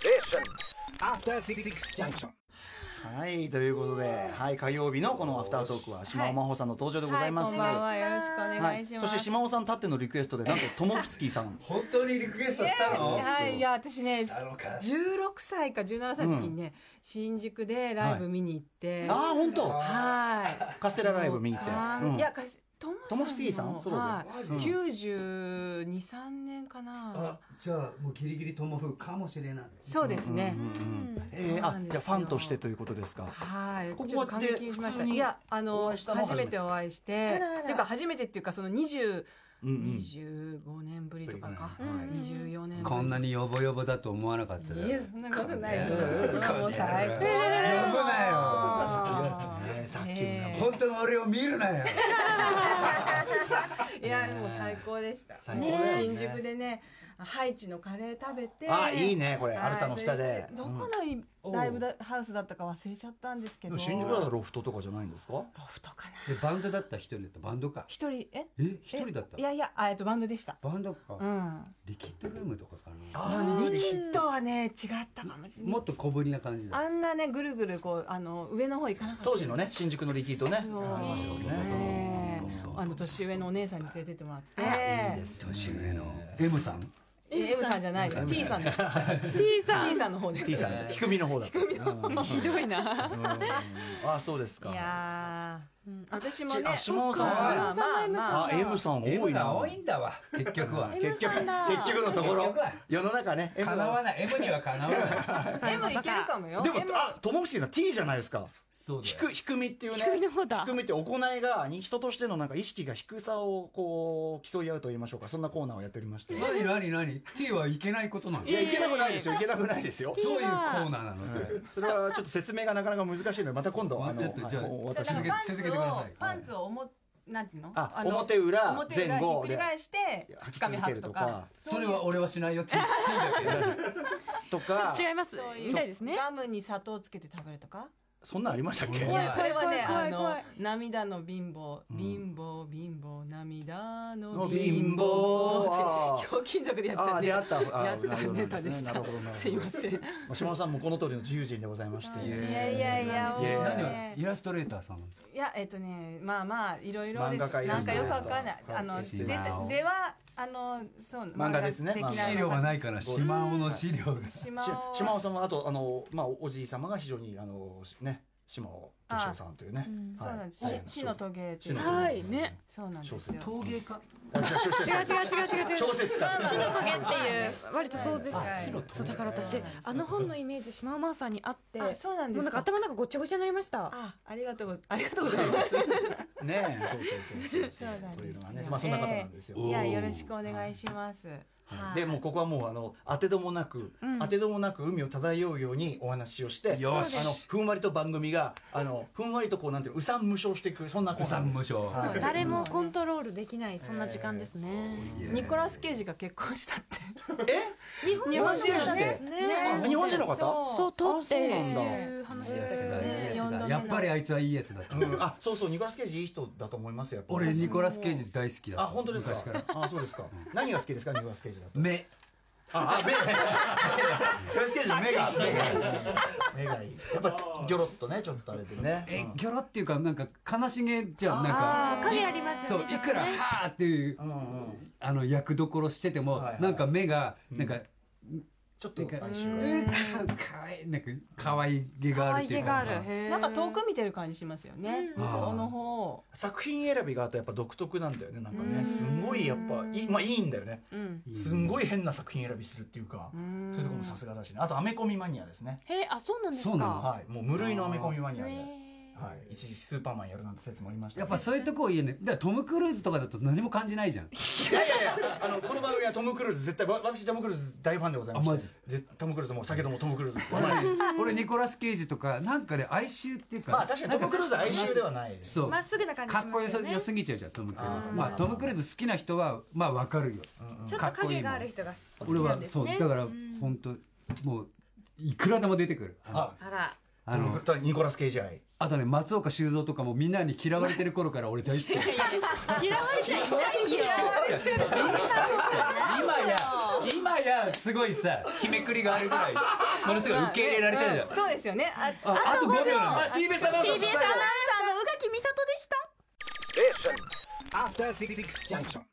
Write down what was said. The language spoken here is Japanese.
After Six Junction。 はい、ということで、はい、火曜日のこのアフタートークは島尾真帆さんの登場でございます。 はい、こんばんは、よろしくお願いします。 そして島尾さんたってのリクエストで、なんとトモフスキーさん本当にリクエストしたの？ はい、いや私ね、16歳か17歳の時にね、新宿でライブ見に行って、 ああ本当？ はい、 カステラライブ見に行って、 いやトモフスキーさん、そうだ、92、3年かな。 じゃあもうギリギリトモフかもしれない。 そうですね。 じゃあファンとしてということですか？ はい。 ここはでしました。いや初めてお会いして、っていうか初めてっていうかその25年ぶりとかか、24年ぶり。 こんなにヨボヨボだと思わなかったよ。 いやそんなことないよ。もう最高。 呼ぶなよ。 さっきの本当の俺を見るなよ。 いやもう最高でした。新宿でね、ハイチのカレー食べて、 あいいねこれアルタの下で。 どこのライブハウスだったか忘れちゃったんですけど。 新宿だとロフトとかじゃないんですか？ロフトかな。 でバンドだった一人だったバンドか。 一人一人だった。 いやいやバンドでした。 バンドか。リキッドルームとかかな。 リキッドはね違ったかもしれない。 もっと小ぶりな感じだ。 あんなねぐるぐるこう上の方行かなかった。 当時のね新宿のリキッドね。 年上のお姉さんに連れてってもらって。 いいです。 年上の M さん。 M さんじゃないです。T さんです。T さんの方です。 T さん低みの方だった。 ひどいな。 あそうですか。 いや私もね。 島尾さんはM さん多いな。 多いんだわ結局は。 結局のところ世の中ね。 叶わない。M には叶わない。 M いけるかもよ。 でもトモフスキーさん T じゃないですか。 低みっていうね。低みって行いが人としてのなんか意識が低さをこう競い合うと言いましょうか、そんなコーナーをやっておりまして。 何 T はいけないことなの？ いやいけなくないですよ。いけなくないですよ。 どういうコーナーなのそれ？ それはちょっと説明がなかなか難しいのでまた今度じゃあ私続けてください。 パンツをなんていうの？ 表裏前後ひっくり返して2日目履くとか。 それは俺はしないよ。T だけとか違いますみたいですね。 ガムに砂糖つけて食べるとか。 そんなんありましたっけ？ それはね涙の貧乏涙の貧乏。ひょうきん族でやったネタでした。すいません。 島尾さんもこの通りの自由人でございまして。 いやイラストレーターさんなんですか？ いやまあいろいろです。なんかよくわかんない。ではそう漫画ですね。 資料がないから島尾の資料が。 島尾さんはあとおじい様が非常にね島尾敏夫さんというね。 そうなんです。死の棘っていう。 はいね。 そうなんですよ。 陶芸家？ 違う小説家。 死の棘っていう割とそうです。そうだから私本のイメージ島尾真帆さんにあって、 そうなんです。 なんか頭の中ごちゃごちゃになりました。 ありがとうございます。 ねえ、そうというのがね、まあそんな方なんですよ。 いやよろしくお願いします。 でもここはもう当てどもなく海を漂うようにお話をして、ふんわりと番組がふんわりとこうなんていううさん無償していく、そんなコーナー。うさん無償。 誰もコントロールできないそんな時間ですね。 ニコラス・ケイジが結婚したって。 日本人ね。 日本人の方？ そう撮っていう話でしたけどね。 やっぱりあいつはいいやつだった。 そうニコラス・ケイジいい人だと思いますよ。 俺ニコラス・ケイジ大好きだった。 本当ですか？そうですか。何が好きですかニコラス・ケイジだと？ 目。 目。ニコラス・ケイジの目がいい。やっぱギョロッとねちょっとあれでね。 ギョロっていうかなんか悲しげじゃん。なんか影ありますよね。 そういくらはーっていう役どころしててもなんか目がなんかちょっと哀愁なんか可愛げがあるっていうか、 なんか遠く見てる感じしますよね。向こうの方。 作品選びがあとやっぱ独特なんだよね。なんかねすごいやっぱいいんだよね。すんごい変な作品選びするっていうか、そういうところもさすがだしね。あとアメコミマニアですね。 そうなんですか。 はい、もう無類のアメコミマニアで。一時スーパーマンやるなんて説もありました。 やっぱそういうとこを言えね。だからトム・クルーズとかだと何も感じないじゃん。 いやこの番組はトム・クルーズ絶対私トム・クルーズ大ファンでございます。マジ？トム・クルーズも酒どもトム・クルーズ。 俺ニコラス・ケイジとかなんかで哀愁っていうか。 まあ確かにトム・クルーズ哀愁ではない。 そう。 まっすぐな感じしますよね。 かっこよすぎちゃうじゃんトム・クルーズ。まあトム・クルーズ好きな人はまあわかるよ。 ちょっと影がある人が好き俺はなんですね。 そうだから本当もういくらでも出てくる。 あら。 ニコラス・ケイジ愛。 あとね松岡修造とかもみんなに嫌われてる頃から俺大好き。 嫌われちゃいないよ。 今やさすごいさ日めくりがあるぐらいものすごい受け入れられてるじゃん。 そうですよね。 あと5秒なんだ。 TBS アナウンサー TBS アナウンサーの宇垣美里でした。 After 66 junction.